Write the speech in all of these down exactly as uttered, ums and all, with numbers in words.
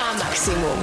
na maximum.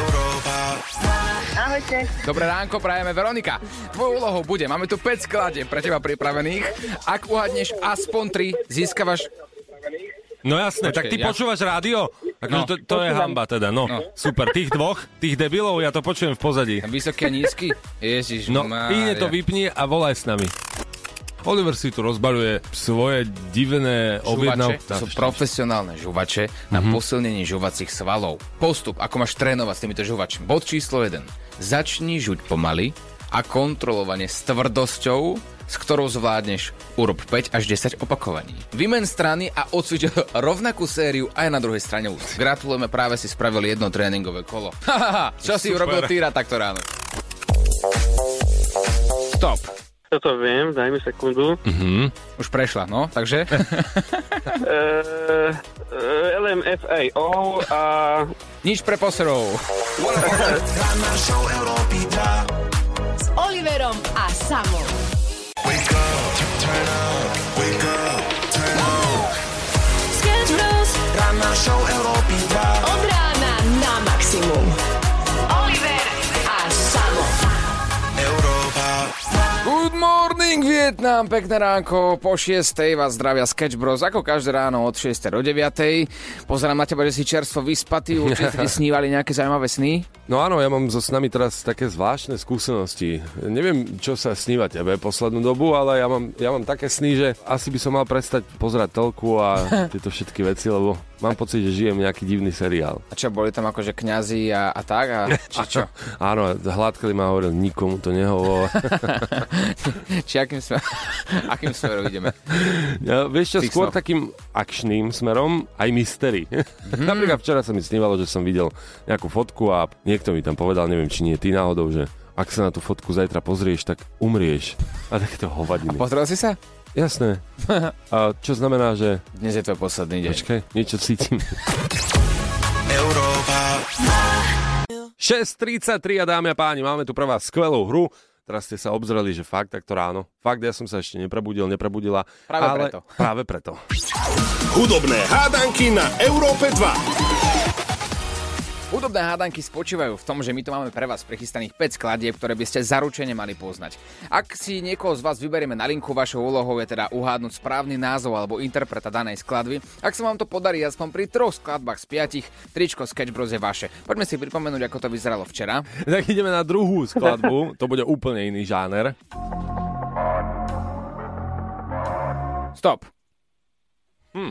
Ahojte. Dobré ránko, prajeme. Veronika, tvojou úlohou bude, máme tu päť skladieb pre teba pripravených. Ak uhadneš aspoň tri, získavaš... No jasné, Počkej, tak ty ja... počúvaš rádio? Akože No. to, to je hanba teda, no. no. Super, tých dvoch, tých debilov, ja to počujem v pozadí. Vysoký a nízky? Ježiš, No, Mária. ine to vypni a volaj s nami. Oliver si tu rozbaľuje svoje divné objednávky. Žuvače, to sú profesionálne žuvače na mm-hmm. posilnenie žuvacích svalov. Postup, ako máš trénovať s týmito žuvačmi. Bod číslo jeden. Začni žuť pomaly a kontrolovane s tvrdosťou, s ktorou zvládneš, urob päť až desať opakovaní. Vymen strany a odsvič rovnakú sériu aj na druhej strane úst. Gratulujeme, práve si spravili jedno tréningové kolo. Hahaha, čo si urobil týra takto ráno? Stop. Toto viem, daj mi sekundu. Mhm. Už prešla, no, takže? Uh, L M F A O a... Nič pre poserov. S Oliverom a Samom. Sketch Bros. Od rána na maximum. Oliver a Samo. Good morning, Vietnam, pekné ránko, po šiestej vás zdravia Sketch Bros, ako každé ráno od šiestej do deviatej. Pozerám na teba, že si čerstvo vyspatý, určite ti snívali nejaké zaujímavé sny? No áno, ja mám so s nami teraz také zvláštne skúsenosti. Neviem, čo sa sníva tebe poslednú dobu, ale ja mám, ja mám také sny, že asi by som mal prestať pozerať telku a tieto všetky veci, lebo mám pocit, že žijem nejaký divný seriál. A čo, boli tam akože kňazi a, a tak? A, či čo? Áno, hladkali ma hovoril, nikomu to nehovor. Či akým, smer- akým smerom ideme? Ja, vieš čo, Tých skôr snov. takým akčným smerom, aj mystery. Mm. Napríklad včera sa mi snívalo, že som videl nejakú fotku a niekto mi tam povedal, neviem, či nie ty náhodou, že ak sa na tú fotku zajtra pozrieš, tak umrieš. A takéto hovadiny. Pozrel si sa? Jasné. A čo znamená, že... Dnes je tvoj posledný deň. Počkaj, niečo cítim. šesť tridsaťtri a dámy a páni, máme tu pre vás skvelú hru. Teraz ste sa obzreli, že fakt takto ráno. Fakt, ja som sa ešte neprebudil, neprebudila. Práve ale preto. Práve preto. Hudobné hádanky na Európe dva. Hudobné hádanky spočívajú v tom, že my tu máme pre vás prichystaných päť skladieb, ktoré by ste zaručene mali poznať. Ak si niekoho z vás vyberieme na linku, vašou úlohou je teda uhádnuť správny názov alebo interpreta danej skladby. Ak sa vám to podarí aspoň pri troch skladbách z piatich, tričko Sketch Bros je vaše. Poďme si pripomenúť, ako to vyzeralo včera. Tak ideme na druhú skladbu, to bude úplne iný žáner. Stop. Hm.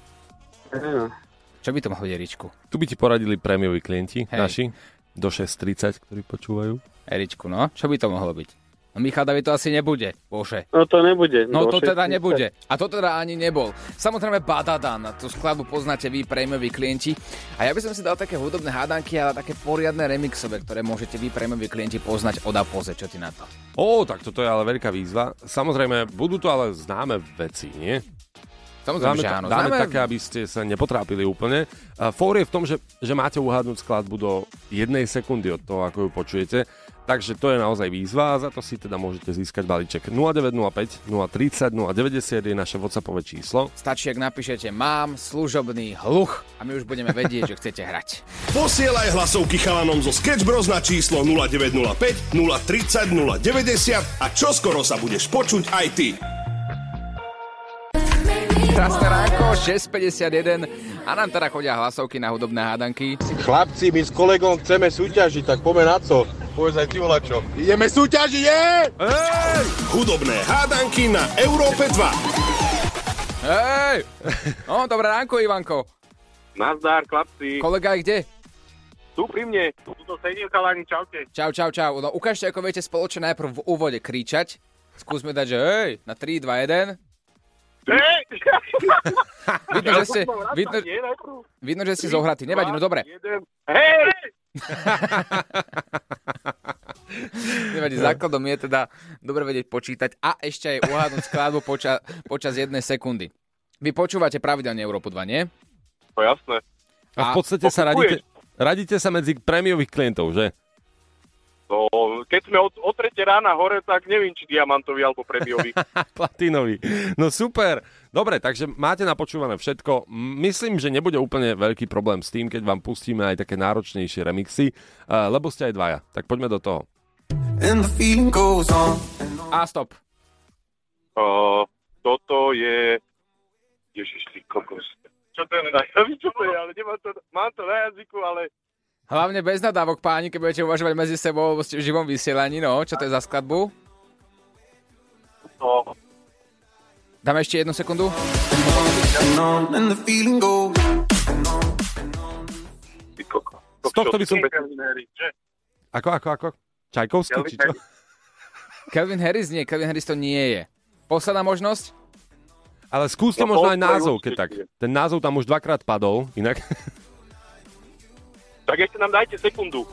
Čo by to mohlo byť, Eričku? Tu by ti poradili prémioví klienti, Hej. naši, do šesť tridsať, ktorí počúvajú. Eričku, no? Čo by to mohlo byť? No Michal David to asi nebude, bože. No to nebude. No Do to teda šesť tridsať. nebude. A to teda ani nebol. Samozrejme Badadan, tú skladbu poznáte vy, prémioví klienti. A ja by som si dal také hudobné hádanky, ale také poriadne remixové, ktoré môžete vy, prémioví klienti, poznať od a po ze. Čo ty na to? Ó, tak toto je ale veľká výzva. Samozrejme, budú to ale známe veci, nie? Samozrejme, Dáme, že to, áno. dáme Známe- také, aby ste sa nepotrápili úplne. A fór je v tom, že, že máte uhádnuť skladbu do jednej sekundy od toho, ako ju počujete. Takže to je naozaj výzva a za to si teda môžete získať balíček. nula deväť nula päť, nula tridsať, nula deväťdesiat je naše WhatsAppové číslo. Stačí, ak napíšete mám služobný hluch a my už budeme vedieť, že chcete hrať. Posielaj hlasovky chalanom zo Sketch Bros na číslo nula deväť nula päť, nula tridsať, nula deväťdesiat a čoskoro sa budeš počuť aj ty. Krásne ránko, šesť päťdesiatjeden a nám teda chodia hlasovky na hudobné hádanky. Chlapci, my s kolegom chceme súťažiť, tak poďme na to. Povedz aj ty, volačo. Ideme súťažiť, je! Hej! Hudobné hádanky na Európe dva. Hej! No, dobré ránko, Ivanko. Nazdar, chlapci. Kolega je kde? Tu pri mne. Tu to sedím, chalani, čaute. Čau, čau, čau. No ukážte, ako viete spoločne najprv v úvode kričať. Skúsme dať, že hej, na tri, dva, jeden. Hej! Vidno, že ste, vidno, vidno, že ste zohratí. Nevadí, no dobre. Hej! Nevadí, základom je teda dobre vedieť počítať a ešte aj uhádnuť skladbu poča, počas jednej sekundy. Vy počúvate pravidelne Európu dva, nie? No jasné. A v podstate sa radíte, radíte sa medzi prémiových klientov, že? No, keď sme od, od tretie rána hore, tak neviem, či diamantový alebo prémiový. Platinový. No super. Dobre, takže máte napočúvané všetko. Myslím, že nebude úplne veľký problém s tým, keď vám pustíme aj také náročnejšie remixy, uh, lebo ste aj dvaja. Tak poďme do toho. A stop. Uh, toto je... Ježiš, ty kokos. Čo to je? Ja viem, čo to je, ale nemám to, mám to na jazyku, ale... Hlavne bez nadávok, páni, keď budete uvažovať medzi sebou v živom vysielaní. No, čo to je za skladbu? No. Dáme ešte jednu sekundu. Ty kokos. Z tohto by som... Calvin Harris, že? Ako, ako, ako? Čajkovský, či čo? Calvin Harris nie, Calvin Harris to nie je. Posledná možnosť? Ale skúste No, možno aj Coldplay názov, keď určite tak. nie. Ten názov tam už dvakrát padol, inak... Tak ešte nám dajte sekundu.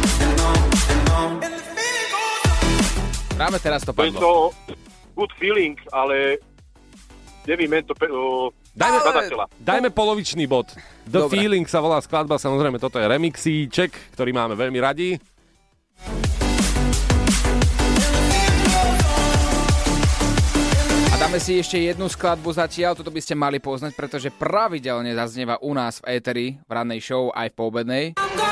Práve teraz to To je padlo. to Good Feeling, ale neviem to pe- o, Dajme, skladateľa. dajme polovičný bod. The Dobre. Feeling sa volá skladba, samozrejme toto je remixíček, ktorý máme veľmi radi. A dáme si ešte jednu skladbu zatiaľ, toto by ste mali poznať, pretože pravidelne zaznieva u nás v éteri, v rannej show aj v poobednej.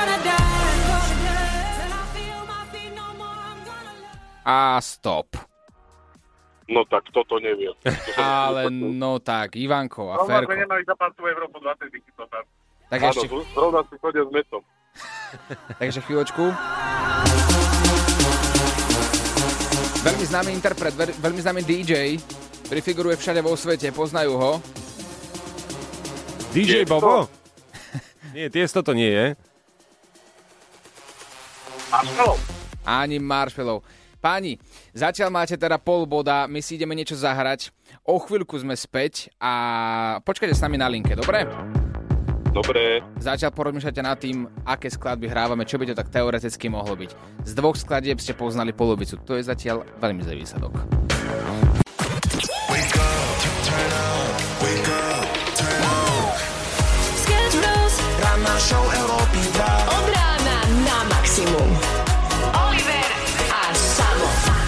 A stop. No tak toto neviem. Ale no tak, Ivanko a Ferko. nemali zápasu Európu dvadsať to tam. Tak Áno, ešte, zrovna si chodia s metom. takže chvíľočku. Veľmi známy interpret, veľ, veľmi známy dý džej, ktorý figuruje všade vo svete, poznajú ho. dý džej Tiesto? Bobo? Nie, Tiesto to nie je. Marshmallow. Ani Marshmallow. Páni, zatiaľ máte teda pol boda, my si ideme niečo zahrať. O chvíľku sme späť a počkajte s nami na linke, dobre? Dobre. Zatiaľ porozmýšľate nad tým, aké skladby hrávame, čo by to tak teoreticky mohlo byť. Z dvoch skladieb ste poznali polovicu, to je zatiaľ veľmi zlý výsledok. Od rána na maximum. Oliver a Samo.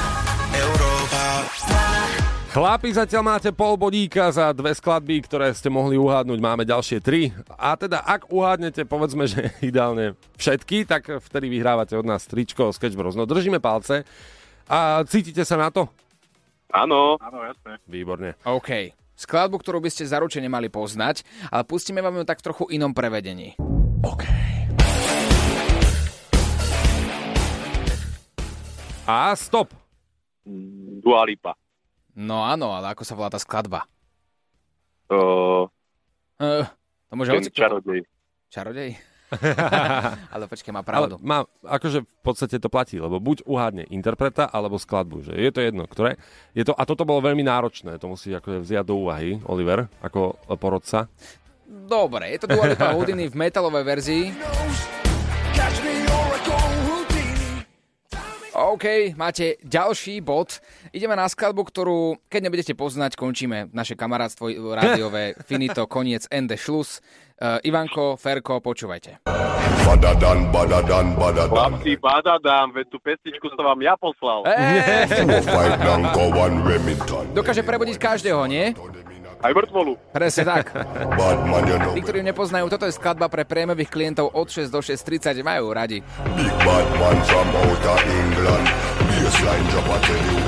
Chlapi, zatiaľ máte pol bodíka za dve skladby, ktoré ste mohli uhádnuť. Máme ďalšie tri. A teda, ak uhádnete, povedzme, že ideálne všetky, tak vtedy vyhrávate od nás tričko Sketch Bros. No držíme palce. A cítite sa na to? Áno. Áno, jasné. Výborne. OK. Skladbu, ktorú by ste zaručene mali poznať, ale pustíme vám ju tak v trochu inom prevedení. OK. A stop. Dua Lipa. No áno, ale ako sa volá tá skladba? Uh, Uh, to môže ten hocikto... čarodej. Čarodej? Ale počkaj, má Ale pravdu. má, akože v podstate to platí, lebo buď uhádne interpreta, alebo skladbu. Že je to jedno, ktoré. Je to, a toto bolo veľmi náročné, to musí akože vziať do úvahy, Oliver, ako porodca. Dobre, je to Dua Lipa Houdini v metalovej verzii. OK, máte ďalší bod. Ideme na skladbu, ktorú, keď nebudete poznať, končíme naše kamarátstvo rádiové. Finito, koniec, ende, šlus. Uh, Ivanko, Ferko, počúvajte. Badadan, badadan, badadan. Chlapci, badadám, veď tú pesničku som vám ja poslal. Eee, Fight Nanko One Remington. dokáže prebudiť každého, nie? Aj mŕtvolu. Presne tak. Bad man, you know. Tí, ktorí ju nepoznajú, toto je skladba pre prémiových klientov od šesť do šesť tridsať, majú radi. Big bad man from outer England. Baseline drop a tell you.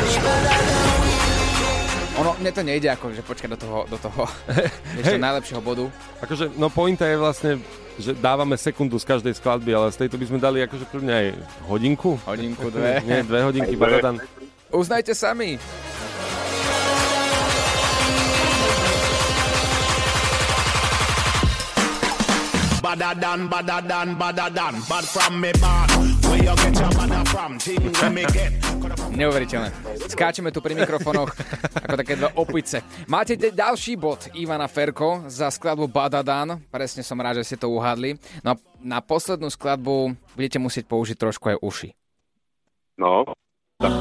Ono, mne to nejde ako, že počkať do toho, do toho ešte Hej. najlepšieho bodu. Akože, no pointa je vlastne, že dávame sekundu z každej skladby, ale z tejto by sme dali akože kľudne aj hodinku. Hodinku, dve. Nie, dve hodinky, Aj dve. badadan. Uznajte sami. Badadan, badadan, badadan, bad from me bad. Where you get your bada from? Thing when me get. Neuveriteľné. Skáčeme tu pri mikrofónoch ako také dve opice. Máte de- ďalší bod Ivana Ferko za skladbu Badadan. Presne som rád, že ste to uhádli. No a na poslednú skladbu budete musieť použiť trošku aj uši. No. Tak,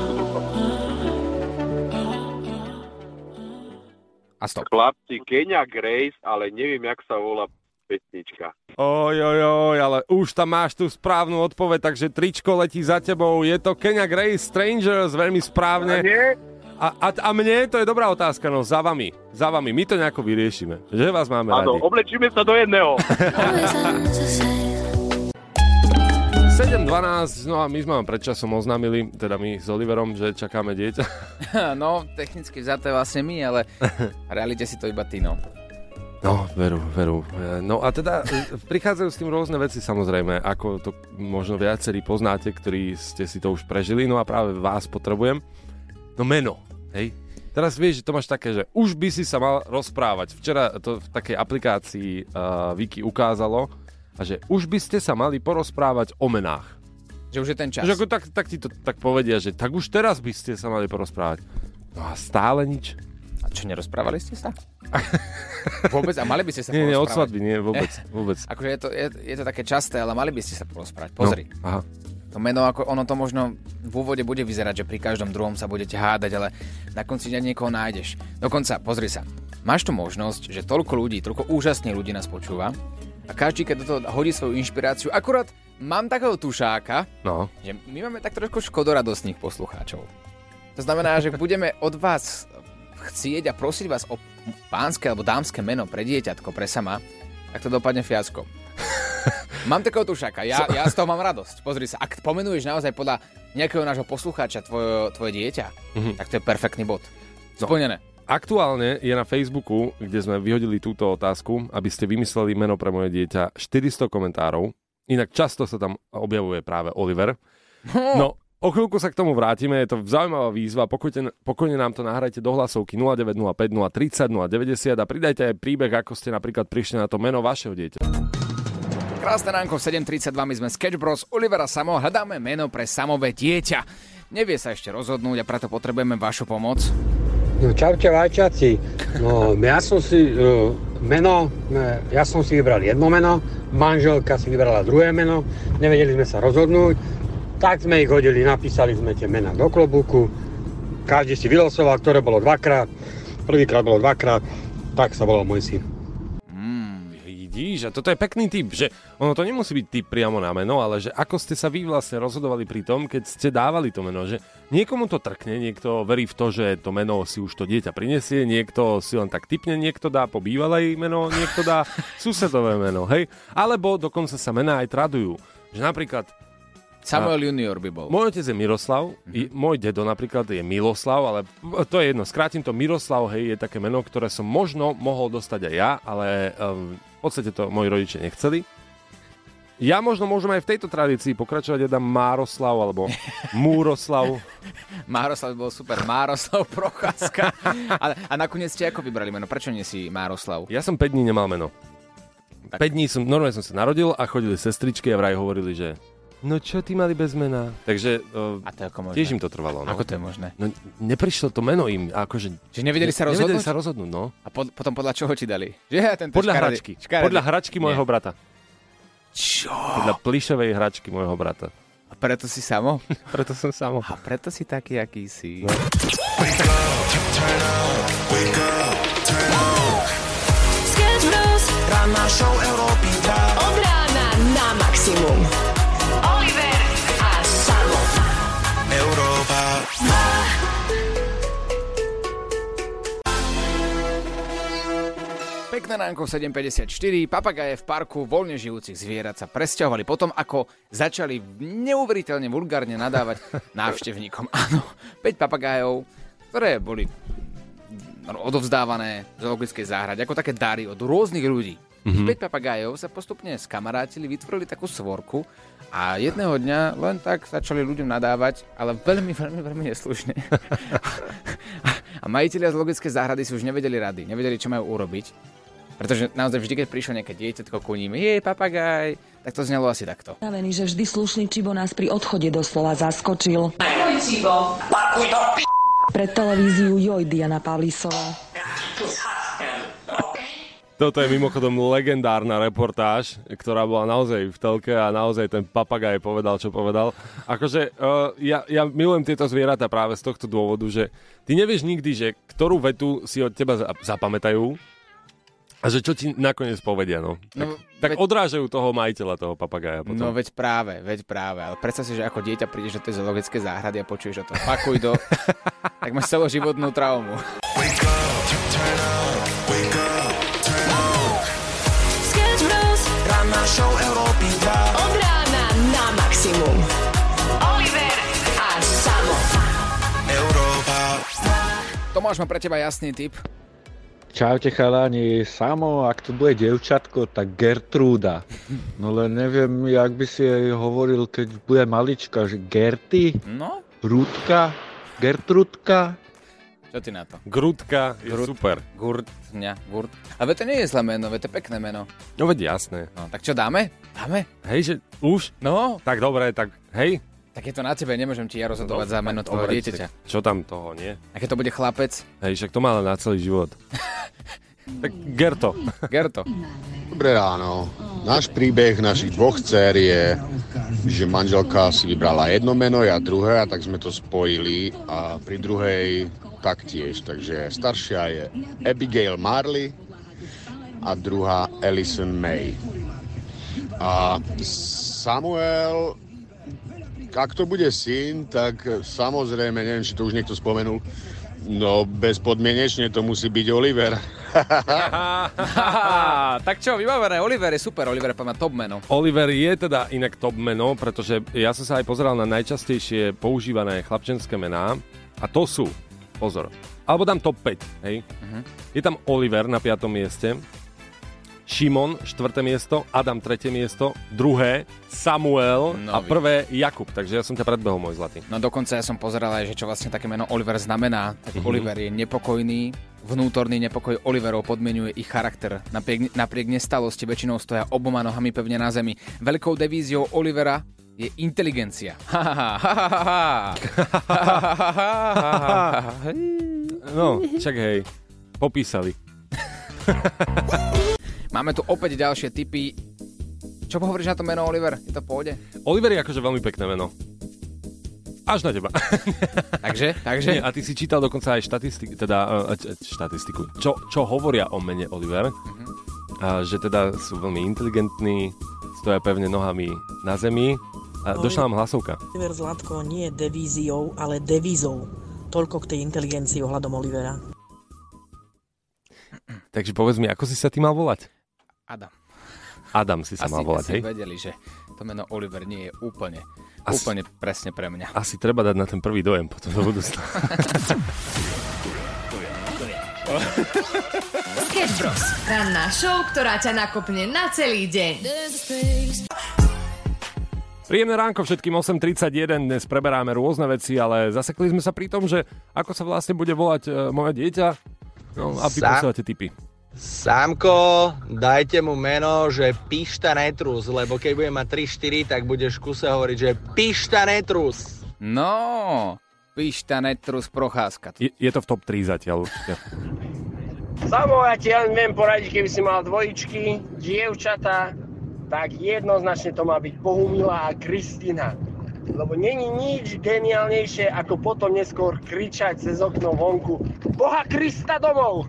A stop. chlapci, Kenya Grace, ale neviem, jak sa volá pesnička. Oj, oj, oj, ale už tam máš tú správnu odpoveď, takže tričko letí za tebou. Je to Kenya Grace, Strangers, veľmi správne. A nie? A, a, a mne to je dobrá otázka, no za vami, za vami, my to nejako vyriešime. Že vás máme Áno, radi. oblečíme sa do jedného. sedem dvanásť, no a my sme vám predčasom oznámili, teda my s Oliverom, že čakáme dieťa. No, technicky vzaté vlastne my, ale v realite si to iba ty, no. No, veru, veru. No a teda prichádzajú s tým rôzne veci samozrejme, ako to možno viacerí poznáte, ktorí ste si to už prežili, no a práve vás potrebujem. No meno, hej? Teraz vieš, že to máš také, že už by si sa mal rozprávať. Včera to v takej aplikácii uh, Wiki ukázalo, a že už by ste sa mali porozprávať o menách. Že už je ten čas. Že ako tak, tak ti to tak povedia, že tak už teraz by ste sa mali porozprávať. No a stále nič. A čo, nerozprávali ste sa? Vôbec? A mali by ste sa nie, porozprávať? Nie, od svadby, nie, vôbec. vôbec. Akože je to, je, je to také časté, ale mali by ste sa porozprávať. Pozri. No, aha. To meno, ako ono to možno v úvode bude vyzerať, že pri každom druhom sa budete hádať, ale na konci dňa niekoho nájdeš. Dokonca, pozri sa, máš tu možnosť, že toľko ľudí, toľko úžasných ľudí nás počúva a každý, keď do toho hodí svoju inšpiráciu, akurát mám takého tušáka, no. že my máme tak trošku škodoradostných poslucháčov. To znamená, že budeme od vás chcieť a prosiť vás o pánske alebo dámske meno pre dieťatko, pre sama, tak to dopadne fiaskom. Mám takého tušáka, ja, ja z toho mám radosť. Pozri sa, ak pomenuješ naozaj podľa nejakého nášho poslucháča tvoje, tvoje dieťa, mm-hmm. tak to je perfektný bod. Splnené. No, aktuálne je na Facebooku, kde sme vyhodili túto otázku, aby ste vymysleli meno pre moje dieťa, štyristo komentárov. Inak často sa tam objavuje práve Oliver. No, o chvíľku sa k tomu vrátime, je to zaujímavá výzva, pokojne, pokojne nám to nahrajte do hlasovky nula deväť nula päť nula tridsať nula deväťdesiat a pridajte aj príbeh, ako ste napríklad prišli na to meno vašeho dieťa. Krásne ránko, sedem tridsaťdva, my sme Sketch Bros, Olivera Samo, hľadáme meno pre samové dieťa. Nevie sa ešte rozhodnúť a preto potrebujeme vašu pomoc. No čaute vajčaci, no ja som si uh, meno, ja som si vybral jedno meno, manželka si vybrala druhé meno, nevedeli sme sa rozhodnúť, tak sme ich hodili, napísali sme tie mená do klobúku, každý si vylosoval, ktoré bolo dvakrát, prvýkrát bolo dvakrát, tak sa volal môj syn. Vidíš, a toto je pekný tip, že ono to nemusí byť tip priamo na meno, ale že ako ste sa vy vlastne rozhodovali pri tom, keď ste dávali to meno, že niekomu to trkne, niekto verí v to, že to meno si už to dieťa prinesie, niekto si len tak tipne, niekto dá po bývalej meno, niekto dá susedové meno, hej? Alebo dokonca sa mená aj tradujú, že napríklad Samuel junior by bol. Môj otec je Miroslav, mm-hmm. môj dedo napríklad je Miloslav, ale to je jedno, skrátim to, Miroslav, hej, je také meno, ktoré som možno mohol dostať aj ja, ale um, v podstate to moji rodičia nechceli. Ja možno môžem aj v tejto tradícii pokračovať, ja dám Mároslav alebo Múroslav. Mároslav bol super, Mároslav Procházka. a, a nakoniec ste ako vybrali meno? Prečo nie si Mároslav? Ja som päť dní nemal meno. Tak. päť dní som, normálne som sa narodil a chodili sestričky a vraj hovorili, že no čo ty mali bez mena? Takže uh, a to ako možné? Tiež im to trvalo. No. Ako to je možné? No neprišlo to meno im. Akože, že nevedeli sa rozhodnúť? Nevedeli sa rozhodnúť, no. A pod, potom podľa čoho ti dali? Že ja tento podľa škarady, hračky. Škarady. Podľa hračky môjho brata. Čo? Podľa plišovej hračky môjho brata. A preto si samo? Preto som samo. A preto si taký, aký si. No. Ranná show Európy dva. Od rána na maximum. Oliver a Samo. Európa. Pekné ránko, sedem päťdesiatštyri. Papagaje v parku voľne žijúcich zvierat sa presťahovali potom, ako začali neuveriteľne vulgárne nadávať návštevníkom. Áno, päť papagájov, ktoré boli odovzdávané v zoologickej záhrade ako také dary od rôznych ľudí. Mm-hmm. päť papagájov sa postupne skamarátili, vytvorili takú svorku a jedného dňa len tak začali ľuďom nadávať, ale veľmi, veľmi, veľmi neslušne. A majitelia zoologickej záhrady si už nevedeli rady, nevedeli, čo majú urobiť. Pretože naozaj vždy, keď prišlo nejaké dieťatko ku ním, je papagaj, tak to znelo asi takto. Pravený, že vždy slušný Čibo nás pri odchode doslova zaskočil. Ahoj, Čibo. Parkuj to p***. Pred televíziu Joj Diana Pavlísová. Toto je mimochodom legendárna reportáž, ktorá bola naozaj v telke a naozaj ten papagaj povedal, čo povedal. Akože uh, ja, ja milujem tieto zvieratá práve z tohto dôvodu, že ty nevieš nikdy, že ktorú vetu si od teba zapamätajú A že čo ti nakoniec povedia, no? no tak tak veď... odrážajú toho majiteľa, toho papagája potom. No veď práve, veď práve. Ale predstav si, že ako dieťa prídeš do tej zoologické záhrady a počuješ o tom. Pakuj do... tak máš celoživotnú traumu. Wake up, turn up, wake up, turn up. Sketch Bros. Ranná show Európy dva. Od rána na maximum. Oliver a Samo. Európa. Tomáš má pre teba jasný tip. Čaute chalani, Samo, ak to bude dievčatko, tak Gertrúda. No len neviem, jak by si jej hovoril, keď bude malička, že Gerty? No? Rúdka? Gertrúdka? Čo ty na to? Grúdka je Grút, super. Gurtňa, gurt. Ale to nie je zlé meno, to je pekné meno. No veď jasné. No, tak čo dáme? Dáme? Hej, že už? No. Tak dobre, tak hej. Tak je to na tebe, nemôžem ti ja rozhodovať no, za meno tvojho dieťaťa. Čo tam toho, nie? A keď to bude chlapec? Hej, však to má na celý život. Tak Gerto. Gerto. Dobré ráno. Náš príbeh našich dvoch dcer je, že manželka si vybrala jedno meno, ja druhé, a tak sme to spojili a pri druhej taktiež. Takže staršia je Abigail Marley a druhá Alison May. A Samuel... Ak to bude syn, tak samozrejme, neviem, či to už niekto spomenul, no bezpodmienečne to musí byť Oliver. Tak čo, vybavené, Oliver je super, Oliver má top meno. Oliver je teda inak top meno, pretože ja som sa aj pozeral na najčastejšie používané chlapčenské mená a to sú, pozor, alebo dám top päť, hej. Uh-huh. Je tam Oliver na piatom mieste, Šimon, štvrté miesto, Adam, tretie miesto, druhé, Samuel no, a prvé Jakub. Takže ja som ťa predbehol, môj zlatý. No dokonca ja som pozeral aj, že čo vlastne také meno Oliver znamená. Tak mm-hmm. Oliver je nepokojný, vnútorný nepokoj Oliverov podmienuje ich charakter. Napriek, napriek nestalosti väčšinou stoja oboma nohami pevne na zemi. Veľkou devíziou Olivera je inteligencia. No, čak hej, popísali. Máme tu opäť ďalšie tipy. Čo hovoríš na to meno, Oliver? Je to v pohode? Oliver je akože veľmi pekné meno. Až na teba. Takže? Takže? Nie, a ty si čítal dokonca aj štatistiku, teda uh, štatistiku. Čo, čo hovoria o mene Oliver? Uh-huh. A, že teda sú veľmi inteligentní, stoja pevne nohami na zemi. A došla nám hlasovka. Oliver Zlatko nie je devíziou, ale devízou. Toľko k tej inteligencii ohľadom Olivera. Takže povedz mi, ako si sa ty mal volať? Adam. Adam si sa asi, mal volať, asi hej? vedeli, že to meno Oliver nie je úplne, asi, úplne presne pre mňa. Asi treba dať na ten prvý dojem potom do budúcna. Sketch Bros. Ranná show, ktorá ťa nakopne na celý deň. Príjemné ránko všetkým, osem tridsaťjeden, dnes preberáme rôzne veci, ale zasekli sme sa pri tom, že ako sa vlastne bude volať e, moje dieťa. No a vy Sa- posielate tipy. Sámko, dajte mu meno, že Pišta Netrus, lebo keď bude mať tri štyri, tak budeš v kuse hovoriť, že Pišta Netrus. No, Pišta Netrus Procházka. Je, je to v top tri zatiaľ určite. Samo, ja ti len viem poradiť, keby si mal dvojičky, dievčatá, tak jednoznačne to má byť Bohumila a Kristina. Lebo není nič geniálnejšie, ako potom neskôr kričať cez okno vonku Boha Krista domov!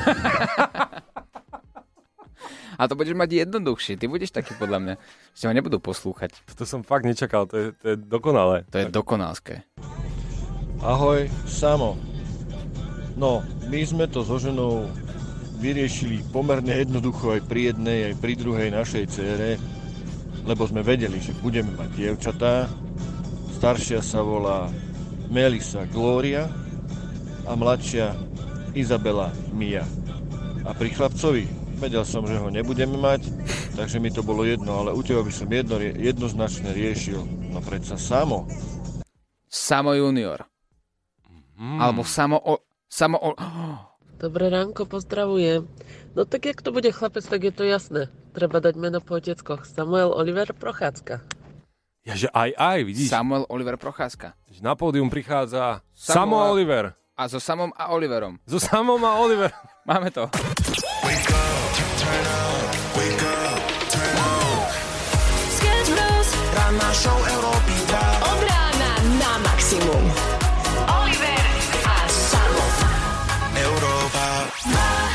A to budeš mať jednoduchšie, ty budeš taký podľa mňa, že ma nebudú poslúchať. Toto som fakt nečakal, to je, to je dokonalé. To je dokonalské. Ahoj, Samo. No, my sme to so ženou vyriešili pomerne jednoducho aj pri jednej, aj pri druhej našej dcére, lebo sme vedeli, že budeme mať dievčatá. Staršia sa volá Melissa Gloria a mladšia Izabela Mia. A pri chlapcovi vedel som, že ho nebudeme mať, takže mi to bolo jedno, ale u teba by som jedno, jednoznačne riešil. No predsa Samo. Samo junior. Mm. Alebo Samo... O, samo o... Dobré ránko, pozdravujem. No tak jak to bude chlapec, tak je to jasné. Treba dať meno po oteckoch. Samuel Oliver Procházka. Ja, že aj, aj, vidíš? Samuel Oliver Procházka. Na pódium prichádza Samo a Oliver. A so Samom a Oliverom. So Samom a Oliverom. Máme to. Wake up, turn up, wake up, turn up. Sketch Bros. Ranná show Európy dva. Od rána na maximum. Oliver a Samo. Európa.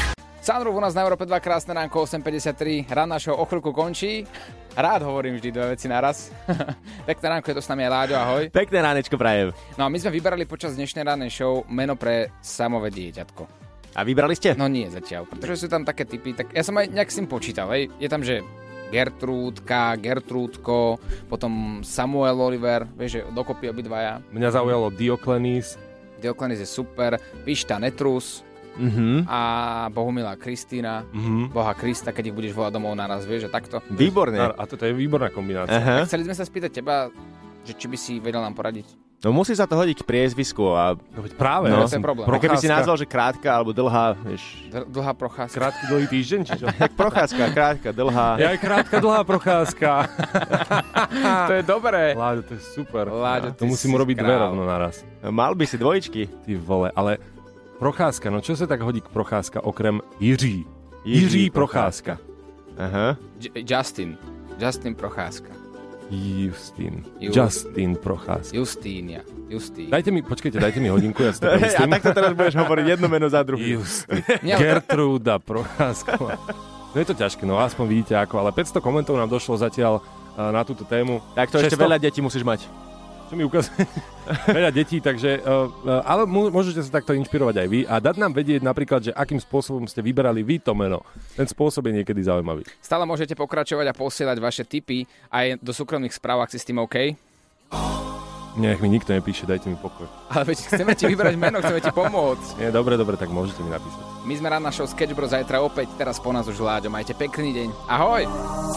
Sunroof u nás na Európe dva, krásne ránko, osem päťdesiattri, ranná show o chvíľku končí. Rád hovorím vždy dve veci naraz. Pekné ránko, je to s nami aj Láďo, ahoj. Pekné ránečko prajem. No a my sme vybrali počas dnešnej rannej show meno pre samové dieťatko. A vybrali ste? No nie zatiaľ, pretože sú tam také typy, tak ja som aj nejak s tým počítal, hej. Je tam, že Gertrúdka, Gertrúdko, potom Samuel Oliver, vieš, že dokopy obidvaja. Mňa zaujalo Dioklenis. Dioklenis je super, Pišta Netrus, Uh-huh. a Bohumilá Kristína, uh-huh. Boha Krista, keď ich budeš volať domov naraz, vieš, že takto. Výborné. A, a toto je výborná kombinácia. Uh-huh. Chceli sme sa spýtať teba, že či by si vedel nám poradiť. No musí sa to hodiť k priezvisku a... No veď práve, no, to je problém. No, keby si nazval, že krátka alebo dlhá, vieš... D- dlhá procházka. Krátky dlhý týždeň, či čo? Tak procházka, krátka, dlhá. Ja aj krátka, dlhá procházka. To je dobré. Láďo, to je super. Láďo, to musím urobiť dve rovno naraz. Mal by si dvojičky. Ty vole, ale... Procházka, no čo sa tak hodí k Procházka okrem Jiří? Jiří Jiří Procházka. Aha. J- Justin. Justin Procházka. Justin. Ju- Justin Procházka. Justínia. Justín. Dajte mi, počkajte, dajte mi hodinku, ja si to A pomyslím. takto teraz budeš hovoriť jedno meno za druhým. Justin. Gertrúda Procházka. No je to ťažké, no aspoň vidíte ako, ale päťsto komentov nám došlo zatiaľ uh, na túto tému. Tak to ešte veľa detí musíš mať. Čo mi ukazuje? Veľa detí, takže... Uh, uh, ale m- môžete sa takto inšpirovať aj vy a dať nám vedieť napríklad, že akým spôsobom ste vyberali vy to meno. Ten spôsob je niekedy zaujímavý. Stále môžete pokračovať a posielať vaše tipy aj do súkromných správ, ak si s tým OK. Nech mi nikto nepíše, dajte mi pokoj. Ale veď chceme ti vybrať meno, chceme ti pomôcť. Nie, dobre, dobre, tak môžete mi napísať. My sme rád na show Sketch Bros zajtra opäť, teraz po nás už Láďo. Majte pekný deň. Ahoj!